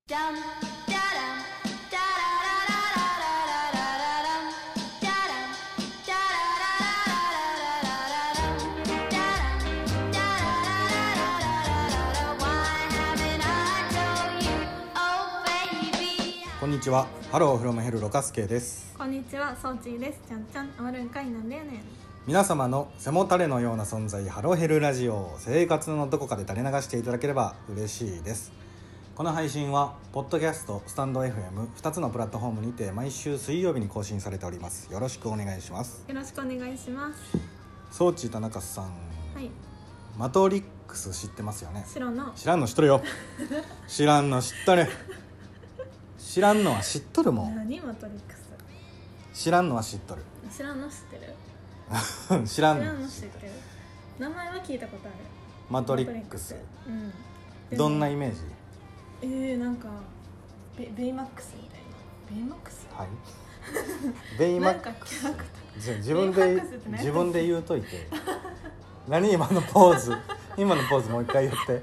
こんにちは。ハローフロムヘルロカスケです。 こんにちは、ソーチーです。ちゃんちゃん、あわるんかいなんだよね。 皆様の背もたれのような存在、ハローヘルラジオ、生活のどこかで垂れ流していただければ嬉しいです。この配信はポッドキャスト、スタンド FM2 つのプラットフォームにて毎週水曜日に更新されております。よろしくお願いします。 よろしくお願いします。 ソーチー田中さん、 はい。 マトリックス知ってますよね。 知らんの知っとるよ知らんの知っとる知らんのは知っとるもん。 何マトリックス。 知らんのは知っとる知らんの知ってる知らんの知ってる。名前は聞いたことある。 マトリックス、 うん、 どんなイメージ？ なんかベイマックスみたいな。ベイマックス、 はいベイマックス、 なんかキャラクター自分で言うといて何今のポーズもう一回言って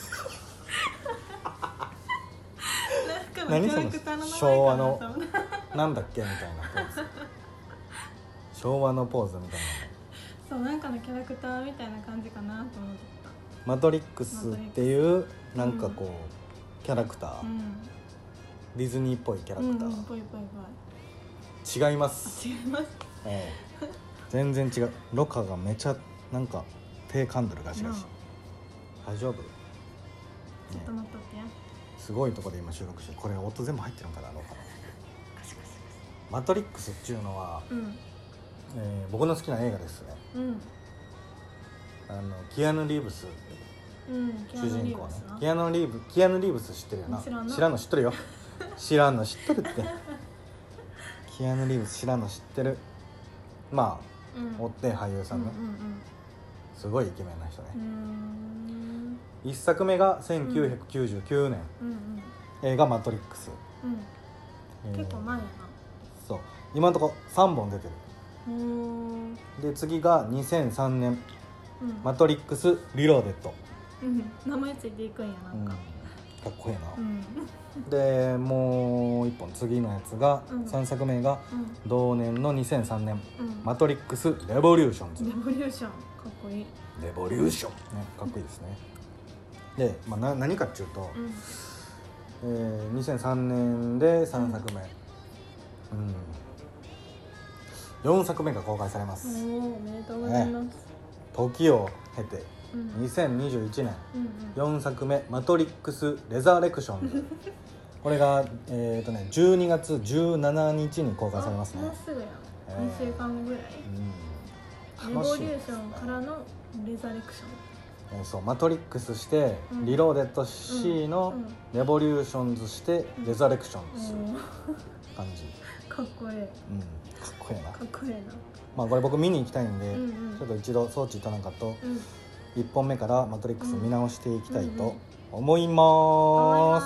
何その昭和のなんだっけみたいなポーズ昭和のポーズみたいな。 そう、なんかのキャラクターみたいな感じかなと思ってた。 マトリックスっていうなんかこう、キャラクター、ディズニーっぽいキャラクター、 ぽい違います。 違います、 全然違う。ロカがめちゃなんか手噛んでるガシガシ、大丈夫？ ちょっと待っとってや。 すごいところで今収録して、これ音全部入ってるんかな、ロカの。 カシカシマトリックスっていうのは、僕の好きな映画ですね。キアヌ・リーブス、主人公ね。キアヌ・リーブス知ってるよな。知らんの知っとるよ知らんの知っとるってキアヌ・リーブス知らんの知ってる。まあ、追って俳優さんね、すごいイケメンな人ね。一作目が1999年、映画マトリックス、 結構前やな。 そう、今のところ3本出てる。で次が2003年、マトリックスリローデッド、 名前ついていくんやなんか、 かっこいいな、でもう一本次のやつが、3作目が同年の2003年、マトリックスレボリューションズ。 レボリューションかっこいい。 レボリューション、ね、かっこいいですね。で、何かっていうと、2003年で3作目、4作目が公開されます。 おめでとうございます、 時を経て、2021年、4作目マトリックスレザレクションズこれが、12月17日に公開されますね。 もうすぐやん、2週間ぐらい、レボリューションからのレザレクション。 そう、マトリックスして、リローデッド C のレボリューションズしてレザレクションズ感じ。 かっこいい、 かっこいいな。 かっこいいな。 まあこれ僕見に行きたいんで、ちょっと一度装置田中と1本目からマトリックス見直していきたいと思います。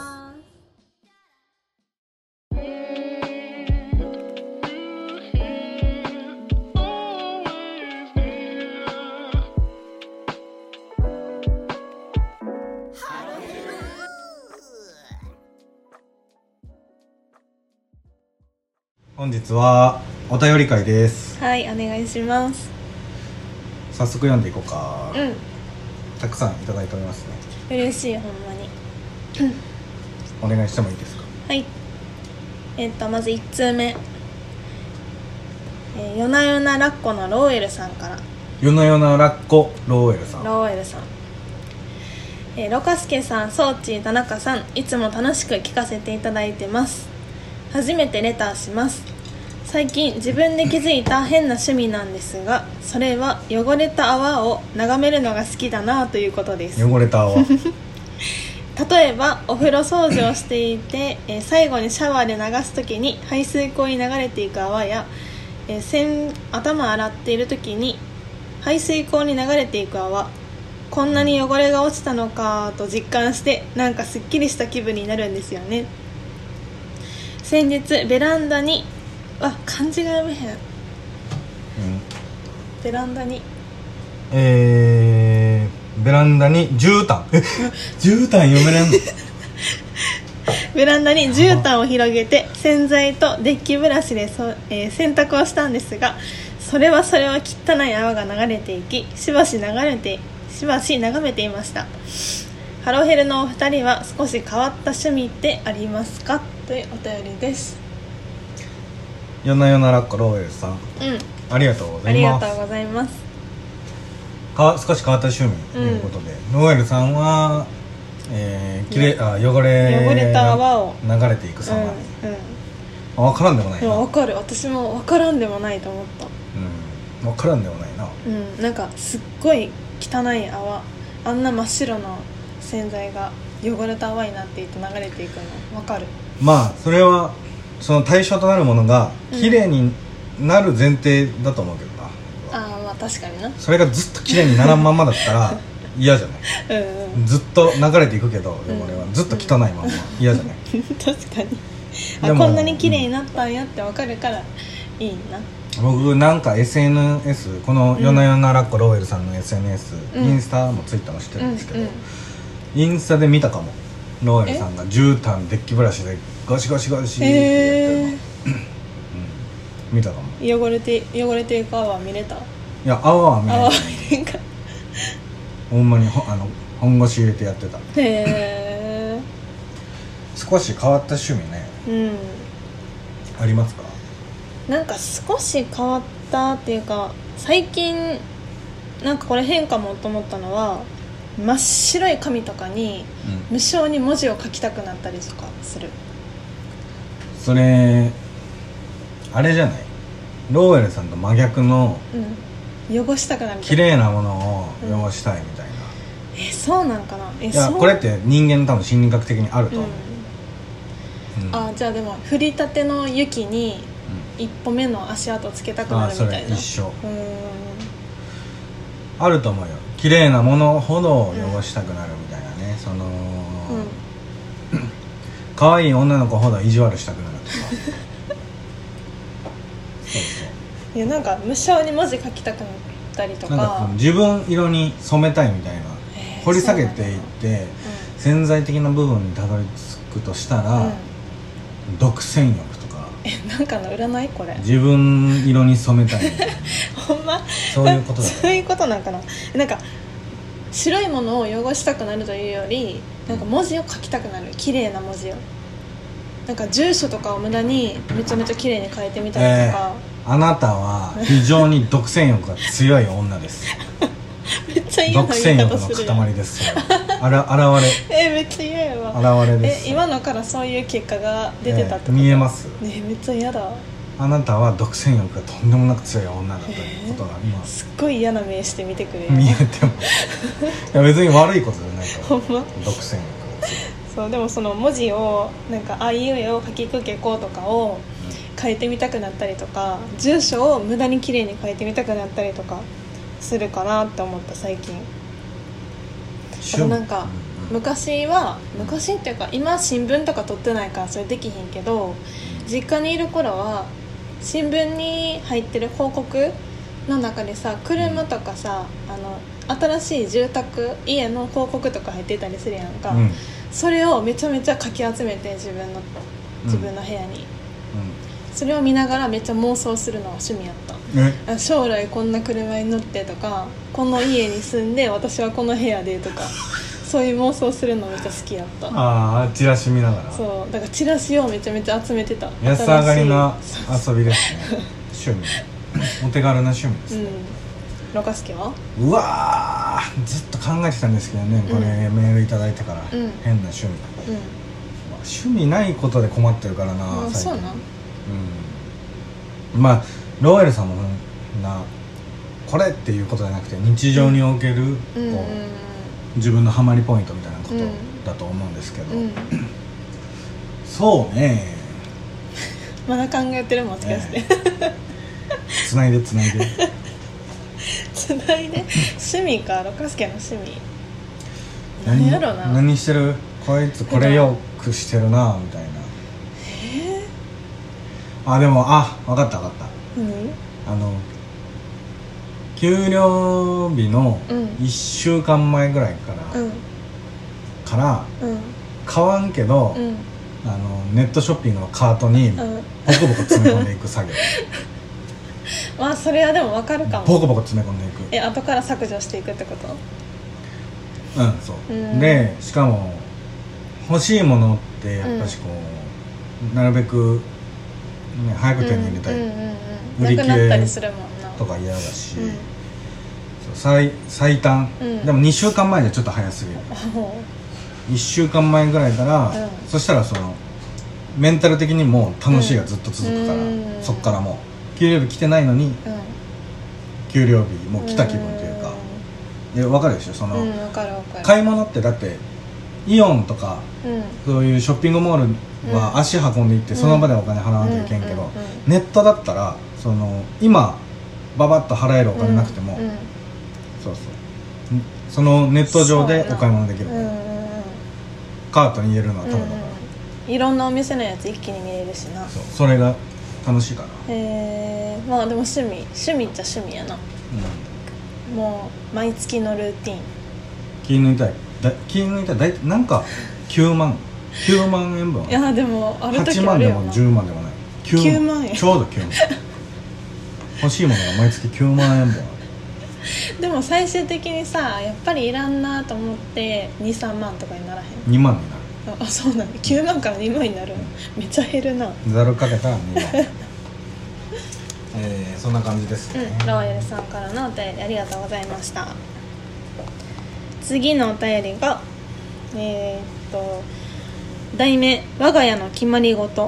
本日はお便り会です。 はい、お願いします。 早速読んでいこうか。たくさんいただいておりますね。 嬉しい、ほんまにお願いしてもいいですか？ はい。まず1通目、夜な夜なラッコのローエルさんから。 夜な夜なラッコローエルさん、 ロカスケさん、ソーチー、田中さん、いつも楽しく聞かせていただいてます。初めてレターします。最近自分で気づいた変な趣味なんですが、それは汚れた泡を眺めるのが好きだなということです。 汚れた泡例えばお風呂掃除をしていて、最後にシャワーで流すときに排水溝に流れていく泡や、頭洗っているときに排水溝に流れていく泡、こんなに汚れが落ちたのかと実感して、なんかすっきりした気分になるんですよね。先日ベランダに漢字が読めへん、ベランダにベランダに絨毯絨毯読めれんのベランダに絨毯を広げて洗剤とデッキブラシで洗濯をしたんですが、それは汚い泡が流れていき、しばし眺めていました。ハロヘルのお二人は少し変わった趣味ってありますか、というお便りです。 夜な夜なラッコローエルさん、ありがとうございます。 ありがとうございます。 少し変わった趣味ということで、ローエルさんは、汚れた泡を流れていく様に、分からんでもないな。 分かる、私も分からんでもないと思った。 分からんでもないな。 なんかすっごい汚い泡、あんな真っ白な洗剤が汚れた泡になっていて流れていくの分かる。 まあそれはその対象となるものが綺麗になる前提だと思うけどな、 まあ確かにな。 それがずっと綺麗にならんまんまだったら嫌じゃない。ずっと流れていくけど、汚れはずっと汚いまんま嫌じゃない。 確かに。こんなに綺麗になったんやって分かるからいいな。 僕なんか SNS、 この夜な夜なラッコローエルさんの SNS、インスタもツイッターもしてるんですけど、インスタで見たかも。ローエルさんが絨毯デッキブラシでゴシゴシゴシってやってるの、見たかも。 汚れていく泡見れた？いや、泡は見れない。ほんまに本腰入れてやってた。 へー。 少し変わった趣味ね、ありますか？ なんか少し変わったっていうか、最近なんかこれ変かもと思ったのは、真っ白い紙とかに無性に文字を書きたくなったりとかする。 それあれじゃない？ローエルさんと真逆の、 汚したくなる、 綺麗なものを汚したいみたいな、 そうなんかな。 いや、これって人間多分心理学的にあると思う、 じゃあでも降りたての雪に一歩目の足跡つけたくなるみたいな。 それ一緒。あると思うよ。綺麗なものほど汚したくなるみたいなね、その可愛い女の子ほど意地悪したくなるとかそう。 いや、なんか無性に文字書きたくなったりとか、 なんか自分色に染めたいみたいな、掘り下げていって、潜在的な部分にたどり着くとしたら、独占欲とか、 なんかの占いこれ。 自分色に染めたいみたいなほんまそういうことだ。 そういうことなんかな。なんか白いものを汚したくなるというより、なんか文字を書きたくなる、綺麗な文字を。なんか住所とかを無駄にめちゃめちゃ綺麗に書いてみたりとか、 あなたは非常に独占欲が強い女ですめっちゃ嫌な言い方する。 独占欲の塊です。現れめっちゃ嫌やわ。 現れです。 今のからそういう結果が出てたってこと？ 見えますね。めっちゃ嫌だ。 あなたは独占欲がとんでもなく強い女だということが今すっごい嫌な目して見てくれよ。 見えてもいや別に悪いことじゃないからほんま？ 独占欲が強い。 そう、でもその文字をなんかあいうえを書きくけことかを書いてみたくなったりとか、住所を無駄に綺麗に書いてみたくなったりとかするかなって思った最近。あとなんか昔っていうか今新聞とか撮ってないからそれできひんけど、実家にいる頃は新聞に入ってる広告の中でさ、車とかさ、新しい住宅家の広告とか入ってたりするやんか、それをめちゃめちゃかき集めて自分の部屋に、それを見ながらめっちゃ妄想するのが趣味やった。将来こんな車に乗ってとか、この家に住んで私はこの部屋でとかそういう妄想するのめっちゃ好きやった。 ああ、チラシ見ながら。 そうだからチラシをめちゃめちゃ集めてた。 安上がりな遊びですね趣味お手軽な趣味ですね。 ロカスケは？ うわー、ずっと考えてたんですけどね、これメールいただいてから、変な趣味、趣味ないことで困ってるからな、最近。 そうなん？ まあローエルさんもこれっていうことじゃなくて日常におけるこう自分のハマりポイントみたいなことだと思うんですけど、そうねまだ考えてる、もしかして、 つないでつないで趣味か。ロカスケの趣味何やろな。 何してる？こいつこれよくしてるなみたいな。でも分かった。給料日の1週間前ぐらいから買わんけど、 ネットショッピングのカートにボコボコ詰め込んでいく作業まあそれはでも分かるかも。 ボコボコ詰め込んでいく。 後から削除していくってこと？ そうで、しかも欲しいものってやっぱしこう、なるべく、ね、早く手に入れたい、売り切れとか嫌だし、最短、でも2週間前でちょっと早すぎる。1週間前ぐらいから、そしたらそのメンタル的にも楽しいがずっと続くから、そっからもう給料日来てないのに、給料日もう来た気分というか、分かるでしょその、 分かる買い物ってだってイオンとか、そういうショッピングモールは足運んでいってその場でお金払わなきゃいけんけど、ネットだったらその今ババッと払えるお金なくても、そのネット上でお買い物できる、カートに入れるのはただだから、 いろんなお店のやつ一気に見れるしな。 それが楽しいから。 まあでも趣味っちゃ趣味やな、もう毎月のルーティン。 気抜いたいだいなんか9万円分。 いやでもある時 8万でもあるよな。 10万でもない、 9万円ちょうど9万欲しいものが毎月9万円分ある。 でも最終的にさやっぱりいらんなと思って2、3万とかにならへん。 2万になる。 そうなんだ。9万から2万になる、めっちゃ減るな。 ざるかけたら2万そんな感じですね。 ローヤルさんからのお便りありがとうございました。次のお便りが題名我が家の決まり事。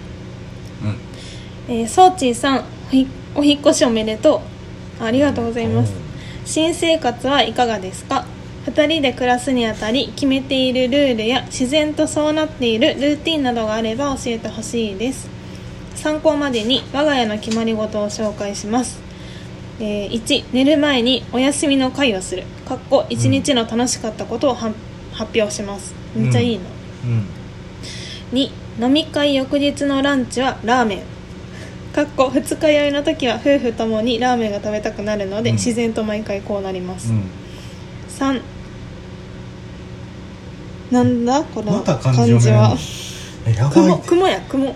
ソーチーさんお引越しおめでとう。ありがとうございます。新生活はいかがですか？2人で暮らすにあたり決めているルールや自然とそうなっているルーティンなどがあれば教えてほしいです。参考までに我が家の決まり事を紹介します。1、寝る前にお休みの会をする。1日の楽しかったことを発表します。めっちゃいいの。2、飲み会翌日のランチはラーメン。二日酔いの時は夫婦ともにラーメンが食べたくなるので、自然と毎回こうなります。3、なんだこの漢字は。雲や雲。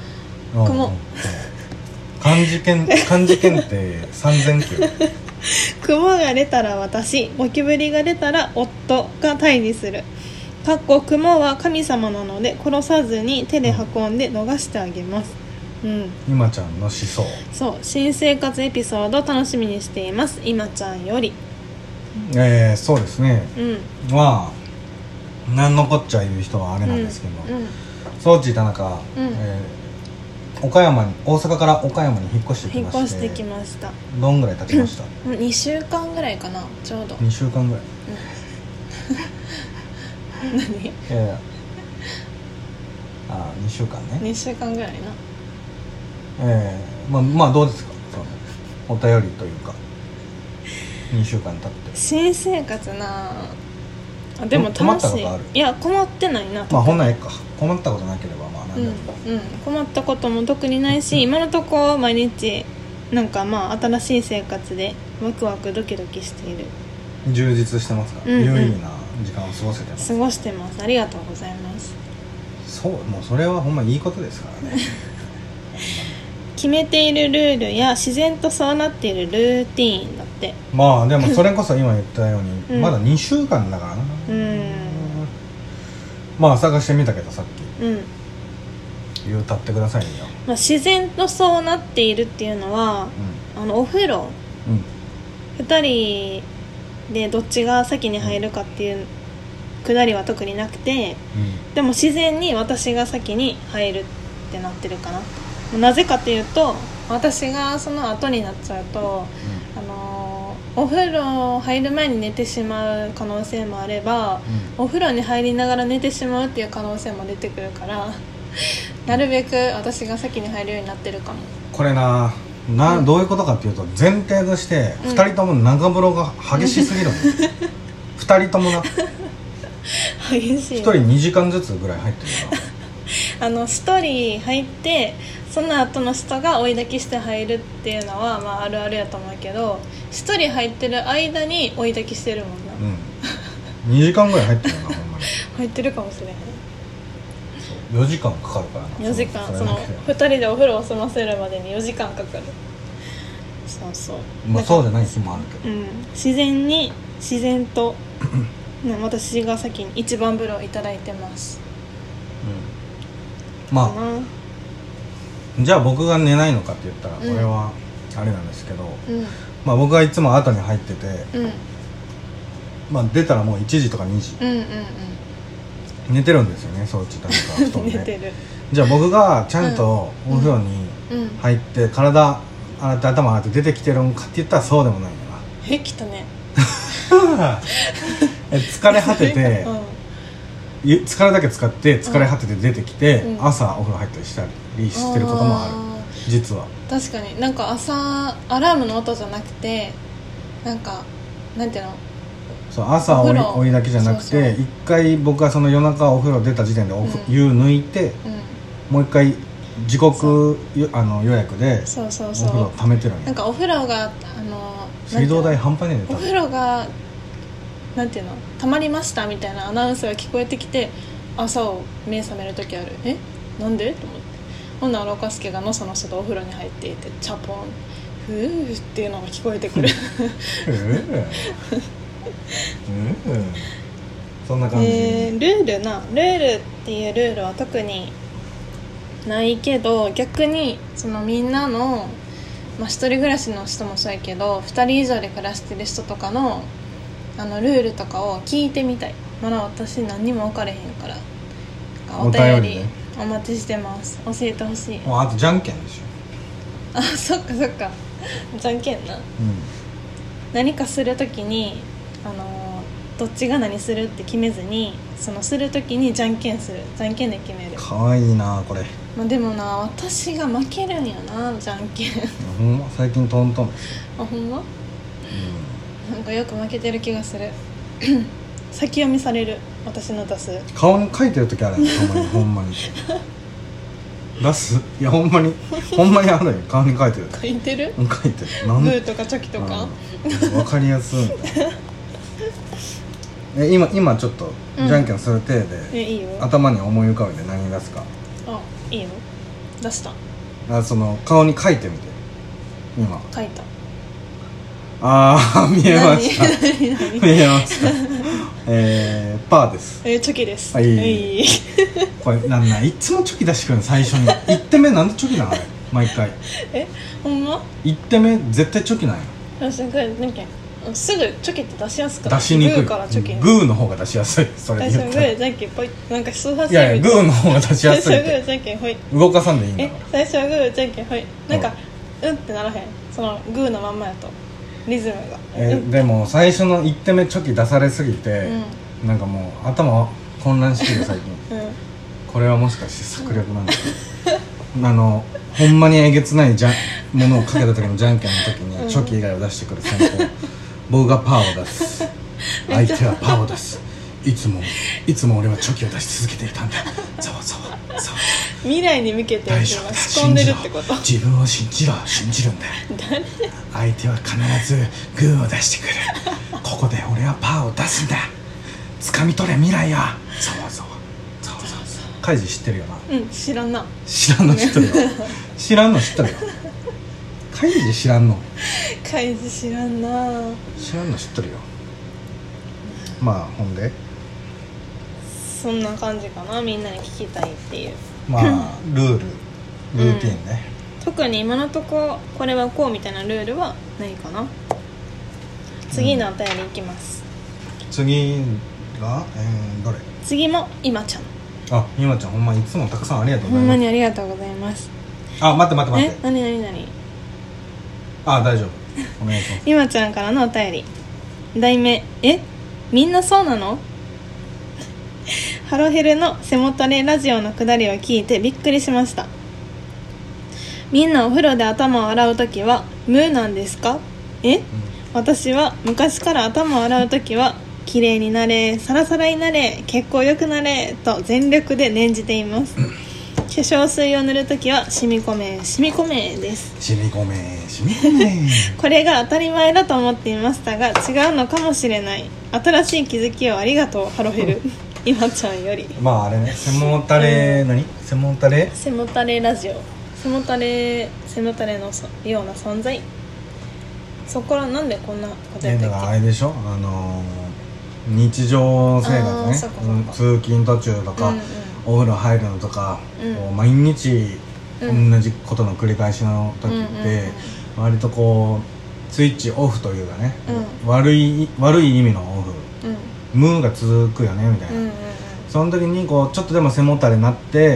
漢字検定3000級。 雲が出たら私、ゴキブリが出たら夫が退治する。雲は神様なので殺さずに手で運んで逃してあげます。 今ちゃんの思想。 そう、新生活エピソード楽しみにしています。今ちゃんより。 そうですね、まあ何のこっちゃ言う人はあれなんですけど、ソーチー田中、大阪から岡山に引っ越してきまして。 引っ越してきました。 どんぐらい経ちました 2週間ぐらいかな、ちょうど。 2週間ぐらい。 何 2週間ね。 2週間ぐらいな。 まあどうですかそのお便りというか2週間経って新生活な。でも楽しい。 困ったことある？ いや困ってないな。 まあほんならか困ったことなければまあ何でも、 困ったことも特にないし、今のところ毎日なんかまあ新しい生活でワクワクドキドキしている。 充実してますか？有意義な時間を過ごせてます？ 過ごしてます。ありがとうございます。 そう、もうそれはほんまいいことですからね。 決めているルールや自然とそうなっているルーティーンだって。 まあでもそれこそ今言ったようにまだ2週間だからな。まあ探してみたけどさっき、言うたってくださいよ。 まあ、自然とそうなっているっていうのは、お風呂、2人でどっちが先に入るかっていうくだりは特になくて、でも自然に私が先に入るってなってるかな。なぜかというと、私がその後になっちゃうと、お風呂入る前に寝てしまう可能性もあれば、お風呂に入りながら寝てしまうっていう可能性も出てくるからなるべく私が先に入るようになってるかも。 これどういうことかっていうと、前提として2人とも長風呂が激しすぎるの、2人ともな激しい。 1人2時間ずつぐらい入ってるな。1人入ってその後の人が追い焚きして入るっていうのは、まあ、あるあるやと思うけど、1人入ってる間に追い焚きしてるもんな。 2時間ぐらい入ってるなほんまに。 入ってるかもしれへん。 4時間かかるからな。 4時間その2人でお風呂を済ませるまでに4時間かかる。そうそう、 まあそうじゃない日もあるけど、 自然と私が先に一番風呂いただいてます、 まあじゃあ僕が寝ないのかって言ったらこれはあれなんですけど、まあ僕はいつも後に入ってて、まあ出たらもう1時とか2時、寝てるんですよね、そうちとか布団で寝てる。じゃあ僕がちゃんとお風呂に入って体洗って頭洗って出てきてるんかって言ったらそうでもないんだな。 来たね疲れ果てて、疲れだけ使って疲れ果てて出てきて、朝お風呂入ったりしたりしてることもある、実は。 確かになんか朝アラームの音じゃなくてなんかなんていうの、 そう朝お湯だけじゃなくて一回僕はその夜中お風呂出た時点で湯抜いて、もう一回時刻予約でお風呂溜めてるんや。 なんかお風呂が水道代半端ねえね。 お風呂がなんていうの溜まりましたみたいなアナウンスが聞こえてきて朝を目覚める時ある。なんでと思って、ほんなら若助がのそのそとお風呂に入っていてチャポンふーっていうのが聞こえてくるそんな感じ、 ルールっていうルールは特にないけど、逆にそのみんなの、一人暮らしの人もそうやけど2人以上で暮らしてる人とかのルールとかを聞いてみたい。まだ私何にも分かれへんから、お便りお待ちしてます。教えてほしい。 もうあとじゃんけんでしょ。そっかじゃんけんな、何かするときにどっちが何するって決めずに、そのするときにじゃんけんする。じゃんけんで決める。 かわいいなこれ。 でもな、私が負けるんやな、じゃんけんほんま最近トントンですよ。 ほんま、なんかよく負けてる気がする先読みされる、私の出す顔に書いてる時あるやん、ほんまに出す、いやほんまにあるよ、顔に書いてる。 書いてる書いてる。 グーとかチョキとか分かりやすいみたいな今ちょっとじゃんけんする体で、 いいよ、 頭に思い浮かべて何出すか。 いいよ、出した。 その顔に書いてみて。今書いた。 見えました見えましたパーです。 チョキです。 これいつもチョキ出してくるの最初に1手目なんでチョキなのあれ毎回ほんま 1手目絶対チョキなんや。 すぐチョキって出しやすくない？ 出しにくい。 グーからチョキ。 グーの方が出しやすい。それ言ったら最初グーじゃんけんぽい、なんか人差し指。 いやグーの方が出しやすいって。 最初グーじゃんけんほい、 動かさんでいいんだ。 最初はグーじゃんけんほい、なんかってならへん、そのグーのまんまやとリズムが。 でも最初の1手目チョキ出されすぎて、なんかもう頭混乱してる最近、これはもしかして策略なんだほんまにえげつないものをかけた時のじゃんけんの時にチョキ以外を出してくる先方、僕がパーを出す、相手はパーを出す。いつも俺はチョキを出し続けていたんだ。ざわざわざわ。 未来に向けて仕込んでるってこと？ 自分を信じるんだよ。相手は必ずグーを出してくる。ここで俺はパーを出すんだ。掴み取れ未来よ。ざわざわざわざわ。カイジ知ってるよな。 知らんの知ってるよ知らんの知ってるよ。カイジ知らんの？ カイジ知らんな。 知らんの知ってるよ。まあほんでそんな感じかな、みんなに聞きたいっていう。 まあルーティンね、 特に今のとここれはこうみたいなルールはないかな。次のお便りいきます。 次が、どれ？ 次も今ちゃん。 今ちゃんほんまいつもたくさんありがとうございます。 ほんまにありがとうございます。 待って何？大丈夫、お願いします。 今ちゃんからのお便り、題名、みんなそうなの？ハロヘルの背もたれラジオのくだりを聞いてびっくりしました。みんなお風呂で頭を洗うときはムーなんですか？私は昔から頭を洗うときは綺麗になれ、サラサラになれ、血行良くなれと全力で念じています。化粧水を塗るときは染み込めです。染み込めこれが当たり前だと思っていましたが違うのかもしれない。新しい気づきをありがとうハロヘル今ちゃんより。 まああれね、背もたれ、何背もたれラジオ、背もたれのような存在。そこからなんでこんなことやったっけ。 だからあれでしょ、日常生活ね、通勤途中とか、お風呂入るのとか、こう毎日同じことの繰り返しの時って割とこうスイッチオフというかね、悪い意味のオフ、ムーが続くよねみたいな、その時にこうちょっとでも背もたれになって、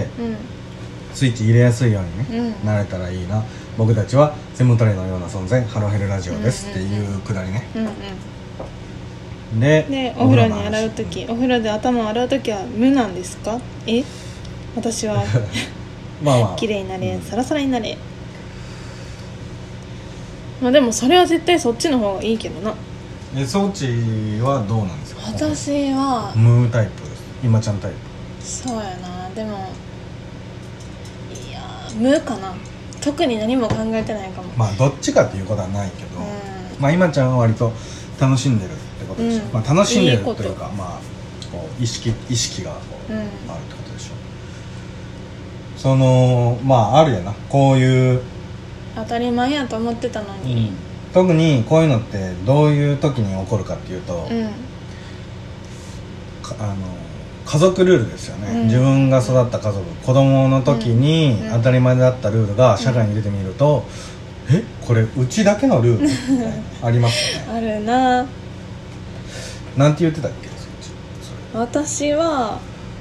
スイッチ入れやすいようにね、なれたらいいな。僕たちは背もたれのような存在、ハロヘルラジオですっていうくだりね。 でお風呂に洗う時、お風呂で頭を洗う時は無なんですか。私はまあまあ綺麗になれ、サラサラになれ。まあでもそれは絶対そっちの方がいいけどな。 装置はどうなんですか。 私はムータイプです。今ちゃんタイプ。 そうやな。でもいや無かな。特に何も考えてないかも。 まあどっちかっていうことはないけど、まあ今ちゃんは割と楽しんでるってことでしょ、まあ楽しんでるというか、まあこう意識がこう、あるってことでしょ。まああるやな、こういう当たり前やと思ってたのに、 特にこういうのってどういう時に起こるかっていうと、家族ルールですよね、自分が育った家族、子供の時に当たり前だったルールが社会に出てみると、これうちだけのルールみたいなありますよね。 あるな。 なんて言ってたっけ。 私は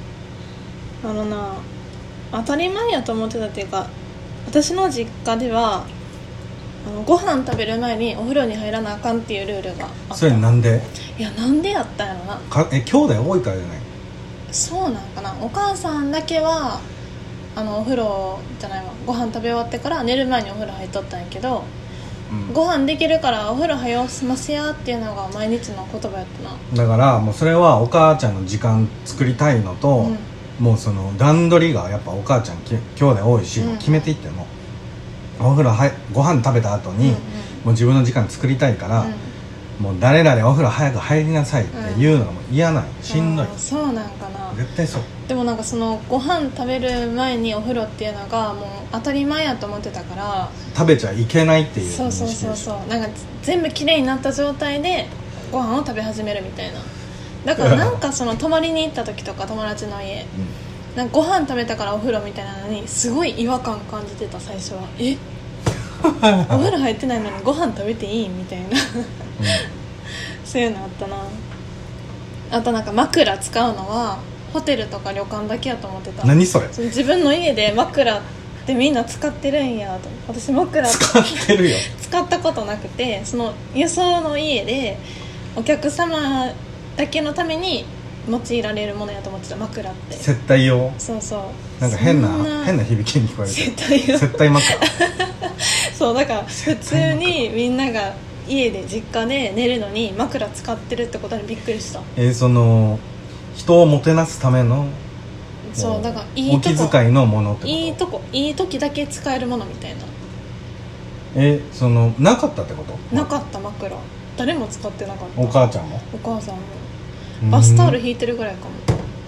当たり前やと思ってたっていうか、私の実家ではご飯食べる前にお風呂に入らなあかんっていうルールがあった。 それなんで。 いや、なんでやったんやろな。 兄弟多いからじゃない。 そうなんかな。お母さんだけはお風呂じゃないわ、ご飯食べ終わってから寝る前にお風呂入っとったんやけど、ご飯できるからお風呂早済ませやっていうのが毎日の言葉やったな。だからもうそれはお母ちゃんの時間作りたいのと、もうその段取りがやっぱお母ちゃん兄弟多いし、決めていってもお風呂ご飯食べた後に、もう自分の時間作りたいから、もう誰々お風呂早く入りなさいっていうのがもう嫌ない、しんどい。 そうなんかな。 絶対そう。 でもなんかそのご飯食べる前にお風呂っていうのがもう当たり前やと思ってたから、 食べちゃいけないっていうそうなんか全部きれいになった状態でご飯を食べ始めるみたいな。だからなんかその泊まりに行った時とか友達の家、なんかご飯食べたからお風呂みたいなのにすごい違和感感じてた最初は。お風呂入ってないのにご飯食べていいみたいなそういうのあったな。あとなんか枕使うのはホテルとか旅館だけやと思ってた。 何それ。 自分の家で枕ってみんな使ってるんやと。私枕使ってるよ使ったことなくて、その輸送の家でお客様だけのために用いられるものやと思ってた、枕って。 接待用。 そうなんか変な響きに聞こえる。接待枕そうだから普通にみんなが家で実家で寝るのに枕使ってるってことにびっくりした。 その人をもてなすための、 そうだからお気遣いのものってこと。 いい時だけ使えるものみたいな。 そのなかったってこと。 なかった。枕誰も使ってなかった。 お母ちゃんも。 お母さんもバスタオル引いてるぐらいかも。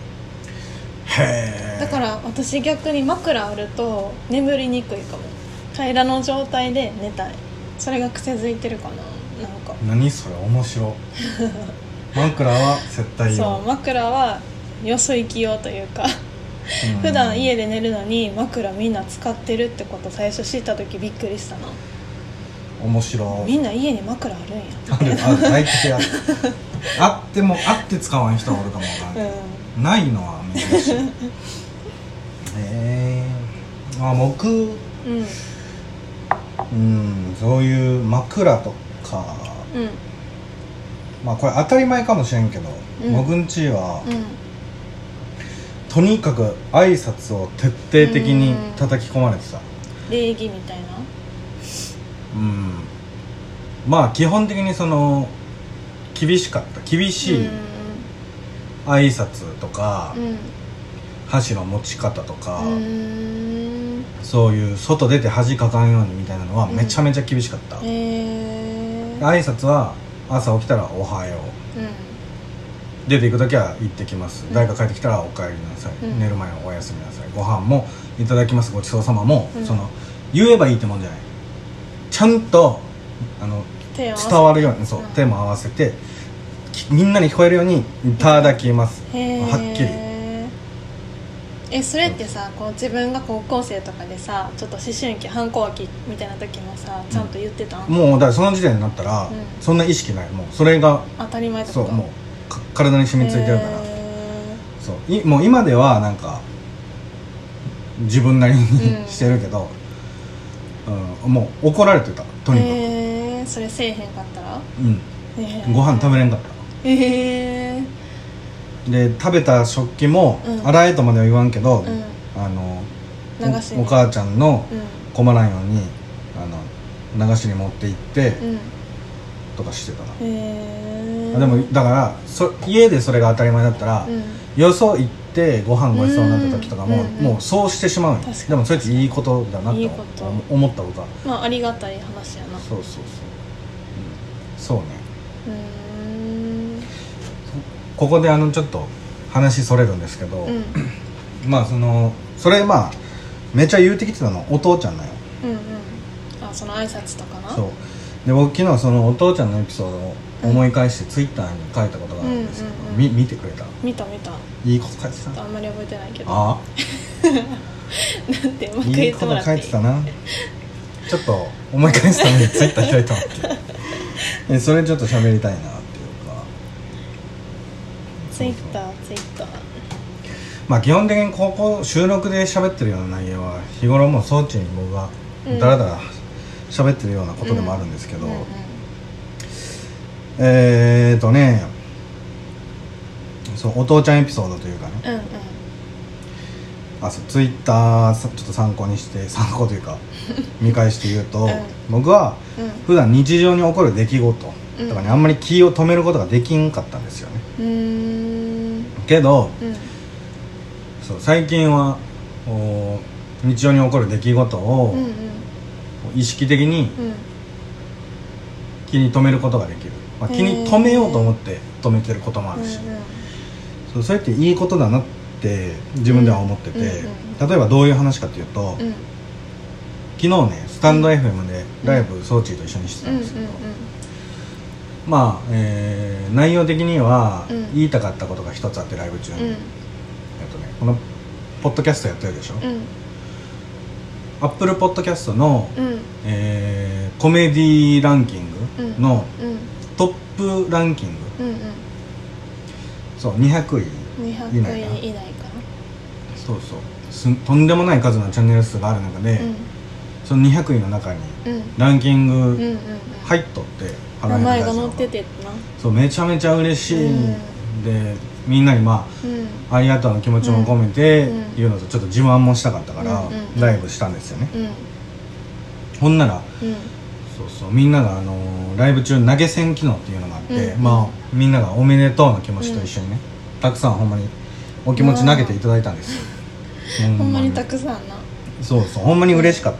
へえ。 だから私逆に枕あると眠りにくいかも。平らの状態で寝たい。それが癖づいてるかな。なんか何それ面白枕は接待用。 そう、枕はよそ行き用というか普段家で寝るのに枕みんな使ってるってこと最初知った時びっくりしたな。 面白い。 みんな家に枕あるんや。 ある大体あるあって使わん人がおるかもわからない、ないのは珍しい僕そういう枕とか、まあこれ当たり前かもしれんけど、僕んちは、とにかく挨拶を徹底的に叩き込まれてた。 礼儀みたいな。 まあ基本的にその厳しい挨拶とか、箸の持ち方とか、そういう外出て恥かかんようにみたいなのはめちゃめちゃ厳しかった。挨拶は朝起きたらおはよう、 出ていく時は行ってきます、誰か帰ってきたらお帰りなさい、寝る前はおやすみなさい、ご飯もいただきます、ごちそうさまも、その言えばいいってもんじゃない、ちゃんと伝わるように、そう手も合わせてみんなに聞こえるようにいただきます、はっきり。 それってさ、こう自分が高校生とかでさ、ちょっと思春期反抗期みたいな時もさ、ちゃんと言ってたん？ もうだからその時点になったら、そんな意識ない、もうそれが当たり前ってこと？ そう、もう体に染みついてるから、そうもう今ではなんか自分なりにしてるけど、もう怒られてた、とにかく。 それせえへんかったら？ ご飯食べれんかった。で食べた食器も、洗えとまでは言わんけど、お母ちゃんの困らんように流しに持って行って、とかしてたな。でもだから家でそれが当たり前だったら、よそ行ってご飯ごちそうになった時とかも、もうそうしてしまうんよ。でもそれっていいことだなと思ったことは、 まあありがたい話やな。 そう、そうね。ここでちょっと話それるんですけど、まあそれめっちゃ言うてきてたのお父ちゃんだよ。 その挨拶とかな。 そうで僕昨日そのお父ちゃんのエピソードを思い返してツイッターに書いたことがあるんですけど、見てくれた？ 見たいいこと書いてた。 あんまり覚えてないけど。なんてもう一回いいこと書いてたな。ちょっと思い返すためにツイッター開いたのってそれちょっと喋りたいなっていうか、 ツイッターまあ基本的にここ収録で喋ってるような内容は日頃もう装置に僕がだらだら喋ってるようなことでもあるんですけど、そうお父ちゃんエピソードというかね、そうツイッターちょっと参考というか見返して言うと、僕は普段日常に起こる出来事とかにあんまり気を止めることができんかったんですよね。けど、そう最近は日常に起こる出来事を意識的に気に留めることができる、気に留めようと思って留めてることもあるし、それっていいことだなって自分では思ってて、例えばどういう話かっていうと、昨日ねスタンド FM でライブソーチーと一緒にしてたんですけど、内容的には言いたかったことが一つあって、ライブ中に、このポッドキャストやってるでしょ、アップルポッドキャストの、コメディランキングのトップランキング、そう200位以内かな。そうとんでもない数のチャンネル数がある中で、その200位の中にランキング入っとって、 名前が載っててな。 そうめちゃめちゃ嬉しい、でみんなにありがとうの気持ちも込めて言うのと、ちょっと自慢もしたかったからライブしたんですよね。ほんなら、みんながライブ中投げ銭機能っていうのがあって、みんながおめでとうの気持ちと一緒にね、たくさんほんまにお気持ち投げていただいたんですよ。 ほんまにたくさんな。 ほんまに嬉しかって、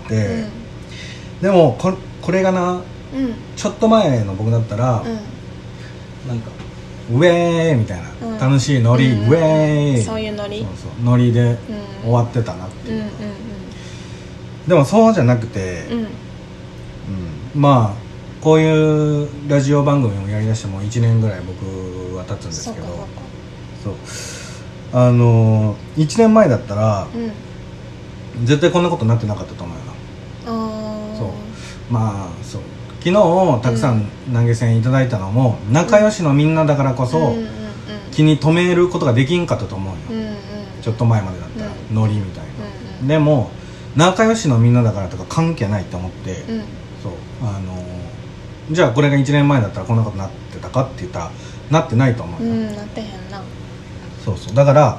でもこれがな、ちょっと前の僕だったら、なんかウェーみたいな、楽しいノリ、ウェー、 そういうノリ、 ノリで終わってたなっていう、でもそうじゃなくて、こういうラジオ番組をやりだしてもう1年ぐらい僕は経つんですけど、1年前だったら、絶対こんなことになってなかったと思うよな。昨日たくさん投げ銭いただいたのも、仲良しのみんなだからこそ気に留めることができんかったと思うよ、ちょっと前までだったら、ノリみたいな、でも仲良しのみんなだからとか関係ないと思って、じゃあこれが1年前だったらこんなことなってたかって言ったらなってないと思うよ、 なってへんな。 だから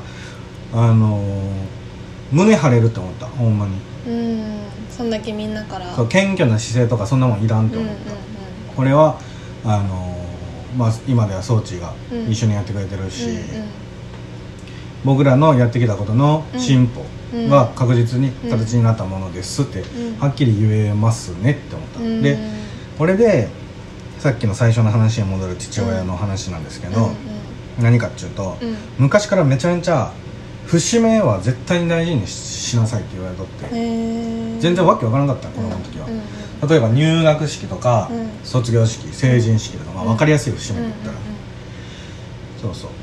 胸張れるって思った、ほんまに。 そんだけみんなから謙虚な姿勢とかそんなもんいらんって思った、これは今では装置が一緒にやってくれてるし、僕らのやってきたことの進歩が確実に形になったものですってはっきり言えますねって思った、でこれでさっきの最初の話に戻る父親の話なんですけど、 何かっていうと、昔からめちゃめちゃ節目は絶対に大事に しなさいって言われとって、全然わけわからなかったの子供の時は、例えば入学式とか、卒業式、成人式とか、分かりやすい節目だったら、そうそう。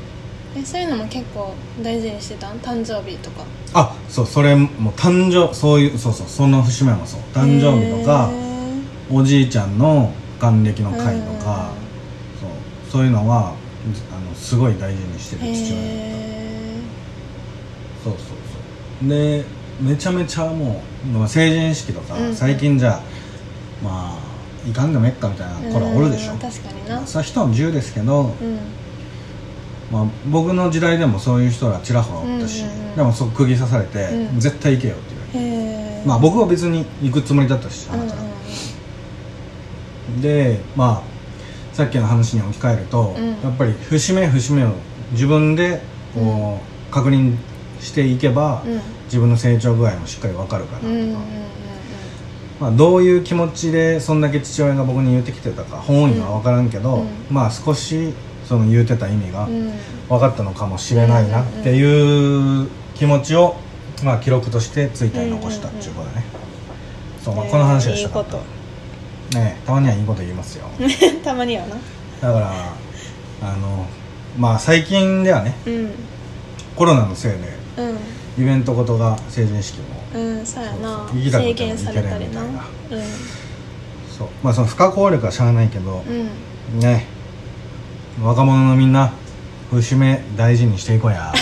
そういうのも結構大事にしてたん？誕生日とか。 あ、そう、それも誕生、そういう、そうそう、その節目もそう、誕生日とかおじいちゃんの還暦の会とか、そういうのはすごい大事にしてる父親だった。そうそうそう。でめちゃめちゃもう成人式とか、最近じゃまあいかんでもえっかみたいな子らおるでしょ。 確かにな。 それは人の自由ですけど、まあ、僕の時代でもそういう人らちらほらおったし、でも釘刺されて、絶対行けよって言われて、まあ僕は別に行くつもりだったし、あなたら、でまあさっきの話に置き換えると、やっぱり節目節目を自分でこう、確認していけば、自分の成長具合もしっかり分かるからとか、まあ、どういう気持ちでそんだけ父親が僕に言ってきてたか本意は分からんけど、まあ少しその言うてた意味が分かったのかもしれないなっていう気持ちを、まあ、記録としてツイッターに残したっていうことだね。そう、まあ、この話がしたかった。ね、たまにはいいこと言いますよたまにはな。 だからまあ最近ではね、コロナのせいで、イベントごとが成人式も、 そうやな、 行きたくても行けれんみたいな、そう、まあその不可抗力はしゃあないけど、ね、若者のみんな節目大事にしていこうや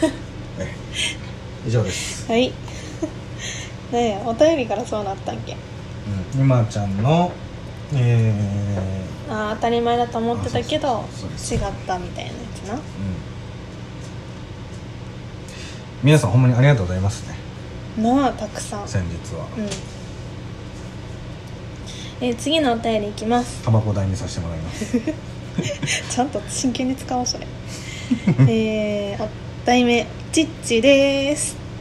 以上です。 はいねえ、お便りからそうなったっけ。 今ちゃんの、 当たり前だと思ってたけど違ったみたいなやつな。 皆さんほんまにありがとうございますね。 なあ、たくさん先日は、 次のお便りいきます。 タバコ代にさせてもらいますちゃんと真剣に使おうそれお題名ちっちです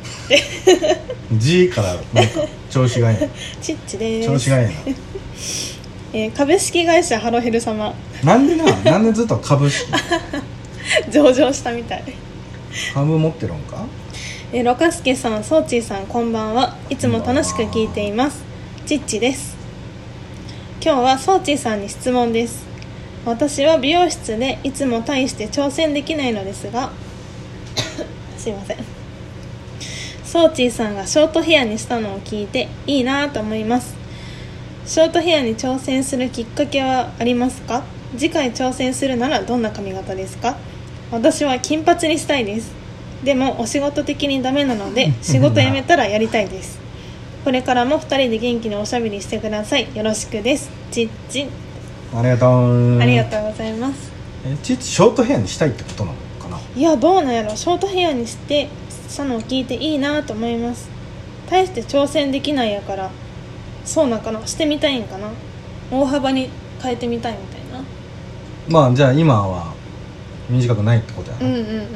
G からなんか調子がいいちっちです。 調子がいいな株式会社ハロヘル様。 なんでずっと株式上場したみたい。 株持ってるんか。 ロカスケさん、ソーチーさん、こんばんは。いつも楽しく聞いています。ちっちです。今日はソーチーさんに質問です。私は美容室でいつも大して挑戦できないのですがすいません。ソーチーさんがショートヘアにしたのを聞いていいなと思います。ショートヘアに挑戦するきっかけはありますか？次回挑戦するならどんな髪型ですか？私は金髪にしたいです。でもお仕事的にダメなので仕事辞めたらやりたいです。これからも2人で元気におしゃべりしてください。よろしくです。ちっち。 ありがとう。 ありがとうございます。 ちっちショートヘアにしたいってことなのかな。 いや、どうなんやろ。ショートヘアにしたのを聞いていいなと思います。大して挑戦できないやからそうなんかな、してみたいんかな、大幅に変えてみたいみたいな。 まあじゃあ今は短くないってことやな。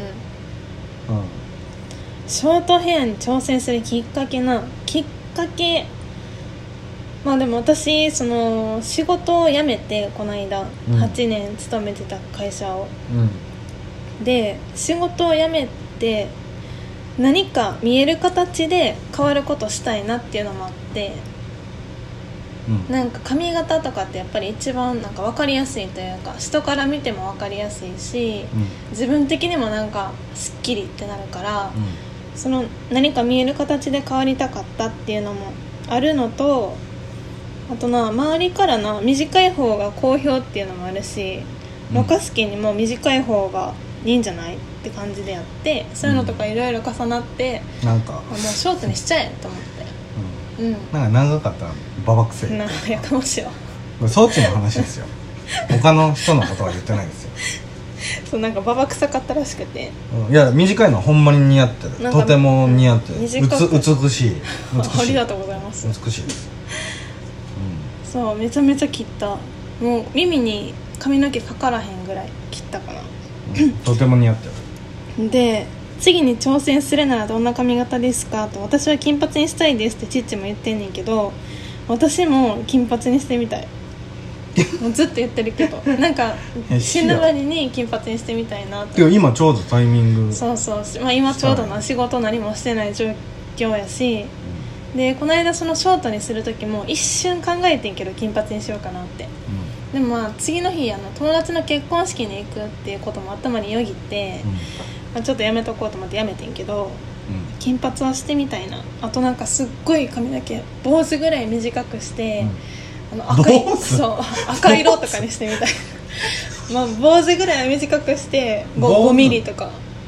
ショートヘアに挑戦するきっかけまあでも私その仕事を辞めてこの間、8年勤めてた会社を、で仕事を辞めて何か見える形で変わることしたいなっていうのもあって、なんか髪型とかってやっぱり一番なんか分かりやすいというか、人から見ても分かりやすいし、自分的にもなんかすっきりってなるから、その何か見える形で変わりたかったっていうのもあるのと、あと周りから短い方が好評っていうのもあるし、ロカスケにも短い方がいいんじゃないって感じでやって、そういうのとかいろいろ重なって、 なんかもうショートにしちゃえと思って、 なんか長かったらババくせえやかもしれん。 これ装置の話ですよ他の人のことは言ってないですよそう、なんかババ臭かったらしくて、 いや短いのはほんまに似合ってる。とても似合ってる。美しいありがとうございます。 美しいです。 そう、めちゃめちゃ切った。もう耳に髪の毛かからへんぐらい切ったかな、 とても似合ってる。で次に挑戦するならどんな髪型ですかと、私は金髪にしたいですってちっちも言ってんねんけど、私も金髪にしてみたい。 もうずっと言ってるけどなんか死ぬまでに金髪にしてみたいなと。 でも今ちょうどタイミング。 そうそう、まあ、今ちょうどな仕事何もしてない状況やし、でこの間そのショートにする時も一瞬考えてんけど金髪にしようかなって、でもまあ次の日友達の結婚式に行くっていうことも頭によぎって、まあ、ちょっとやめとこうと思ってやめてんけど、金髪はしてみたいな。あとなんかすっごい髪の毛坊主ぐらい短くして、赤いそう赤色とかにしてみたいまあ坊主ぐらい短くして 5ミリとか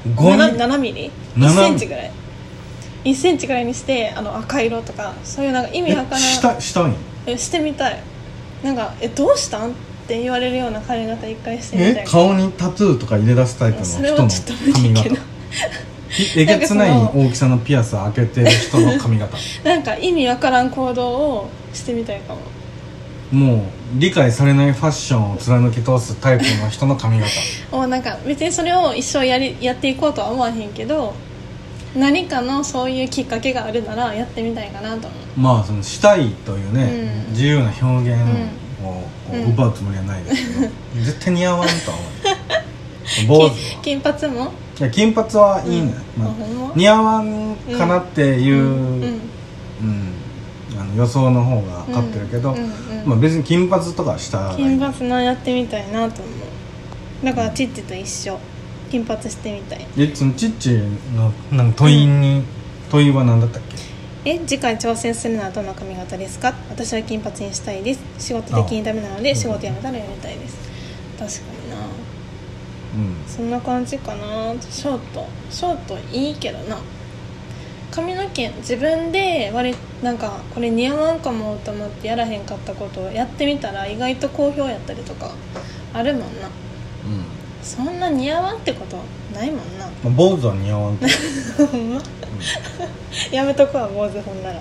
7ミリ1センチぐらい1センチぐらいにして赤色とかそういうなんか意味わからんしたんや。 してみたい。なんかどうしたんって言われるような髪型一回してみたい。 顔にタトゥーとか入れ出すタイプの人の髪型。えげつない大きさのピアス開けてる人の髪型なんか意味わからん行動をしてみたいかも。 もう理解されないファッションを貫き通すタイプの人の髪型もうなんか別にそれを一生やっていこうとは思わへんけど、何かのそういうきっかけがあるならやってみたいかなと思う。 まあそのしたいというね、自由な表現を奪うつもりはないですけど、絶対似合わんとは思う坊主は金髪もいや金髪はいいね、似合わんかなっていう予想の方が勝ってるけど、まあ、別に金髪とかしたら金髪のやってみたいなと思う。だからチッチと一緒金髪してみたい。 そのチッチのなんか問いは何だったっけ？ 次回挑戦するのはどんな髪型ですか？私は金髪にしたいです。仕事的にダメなので仕事辞めたら辞めたいです。確かにな、そんな感じかな。ショートいいけどな。髪の毛自分でなんかこれ似合わんかもと思ってやらへんかったことをやってみたら意外と好評やったりとかあるもんな。そんな似合わんってことないもんな。 坊主は似合わんってほんまやめとくわ坊主ほんなら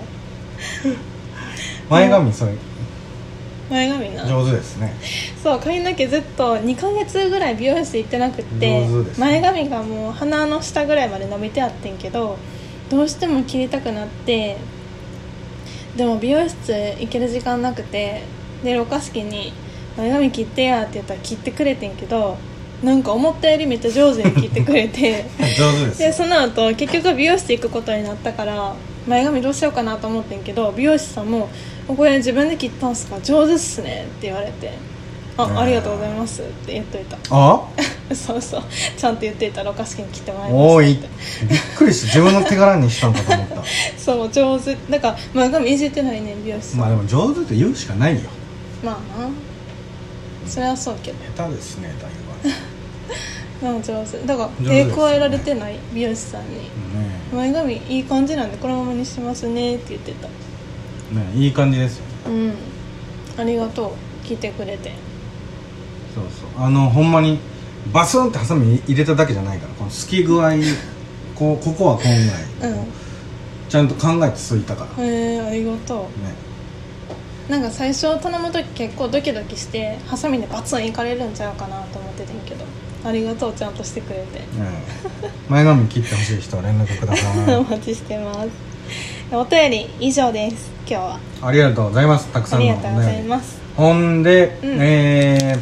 前髪それ前髪な上手ですね。 そう髪の毛ずっと2ヶ月ぐらい美容室行ってなくって、前髪がもう鼻の下ぐらいまで伸びてあってんけど、どうしても切りたくなって、でも美容室行ける時間なくて、で老化式に前髪切ってやって言ったら切ってくれてんけど、なんか思ったよりめっちゃ上手に切ってくれて上手です。 でその後結局美容室行くことになったから前髪どうしようかなと思ってんけど、美容師さんもこれ自分で切ったんすか、上手っすねって言われて、ありがとうございますって言っといた。そうそうちゃんと言っていた。老化式に切ってもらいましたって。 おいびっくりして自分の手柄にしたんかと思ったそう上手だから前髪いじってないね美容師さん。 まあでも上手って言うしかないよ。 まあなそれはそうけど下手ですねだいぶでも上手だから手加えられてない美容師さんに、前髪いい感じなんでこのままにしますねって言ってた。 いい感じですよね。 ありがとう聞いてくれて。 そうそうほんまにバスンってハサミ入れただけじゃないから、このすき具合ここはこんぐらい、ちゃんと考えてすいたから。 ありがとう、なんか最初頼む時結構ドキドキしてハサミでバツンいかれるんちゃうかなと思ってたんけど、ありがとうちゃんとしてくれて、 前髪切ってほしい人は連絡くださいお待ちしてます。お便り以上です今日は。 ありがとうございます。たくさんのありがとうございます。 ほんで、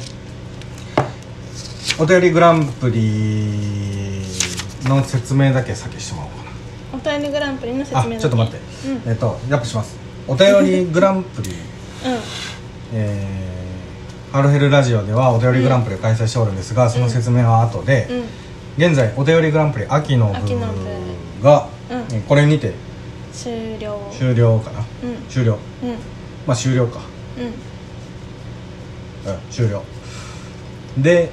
お便りグランプリの説明だけ先してもらおうかな。 お便りグランプリの説明だけ。 ちょっと待って、やっぱします。お便りグランプリハロヘルラジオではお便りグランプリを開催しておるんですが、その説明は後で、現在お便りグランプリ秋の部が、これにて終了かな、終了、まあ終了か、終了で、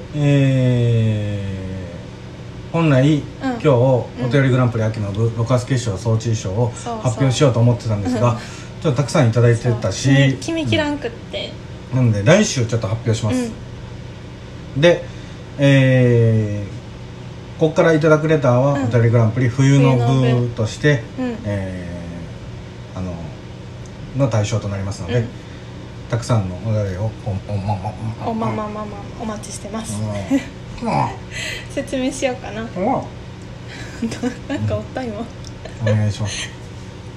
本来、今日お便りグランプリ秋の部6月決勝総知賞を発表しようと思ってたんですが、ちょっとたくさんいただいてたし決めきらんくって、 なので来週ちょっと発表します、で、ここからいただくレターはお便りグランプリ冬の部として、の対象となりますので、たくさんのお便りをお待ちしてます説明しようかななんかおった今お願いします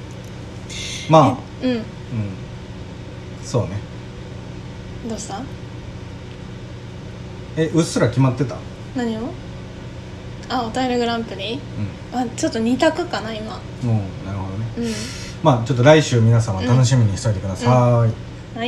まあそうね。 どうした？ うっすら決まってた？ 何を？お便りグランプリ、ちょっと2択かな今。 なるほどね。まあちょっと来週皆様楽しみにしておいてください。 はい。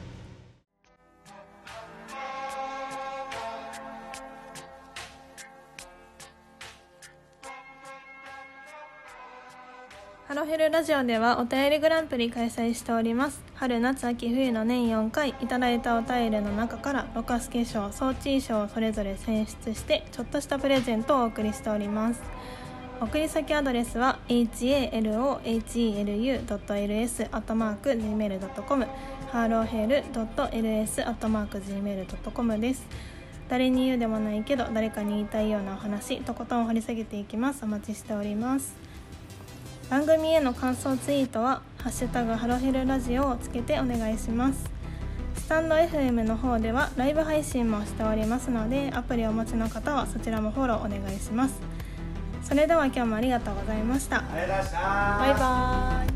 ハロヘルラジオではお便りグランプリ開催しております。春夏秋冬の年4回いただいたお便りの中からろ過助賞、装置賞をそれぞれ選出してちょっとしたプレゼントをお送りしております。送り先アドレスは halohelu.ls@gmail.com halohelu.ls@gmail.com です。誰に言うでもないけど誰かに言いたいようなお話、とことん掘り下げていきます。お待ちしております。番組への感想ツイートはハッシュタグハロヘルラジオをつけてお願いします。スタンド FM の方ではライブ配信もしておりますので、アプリをお持ちの方はそちらもフォローお願いします。それでは今日もありがとうございました。 ありがとうございました。 バイバーイ。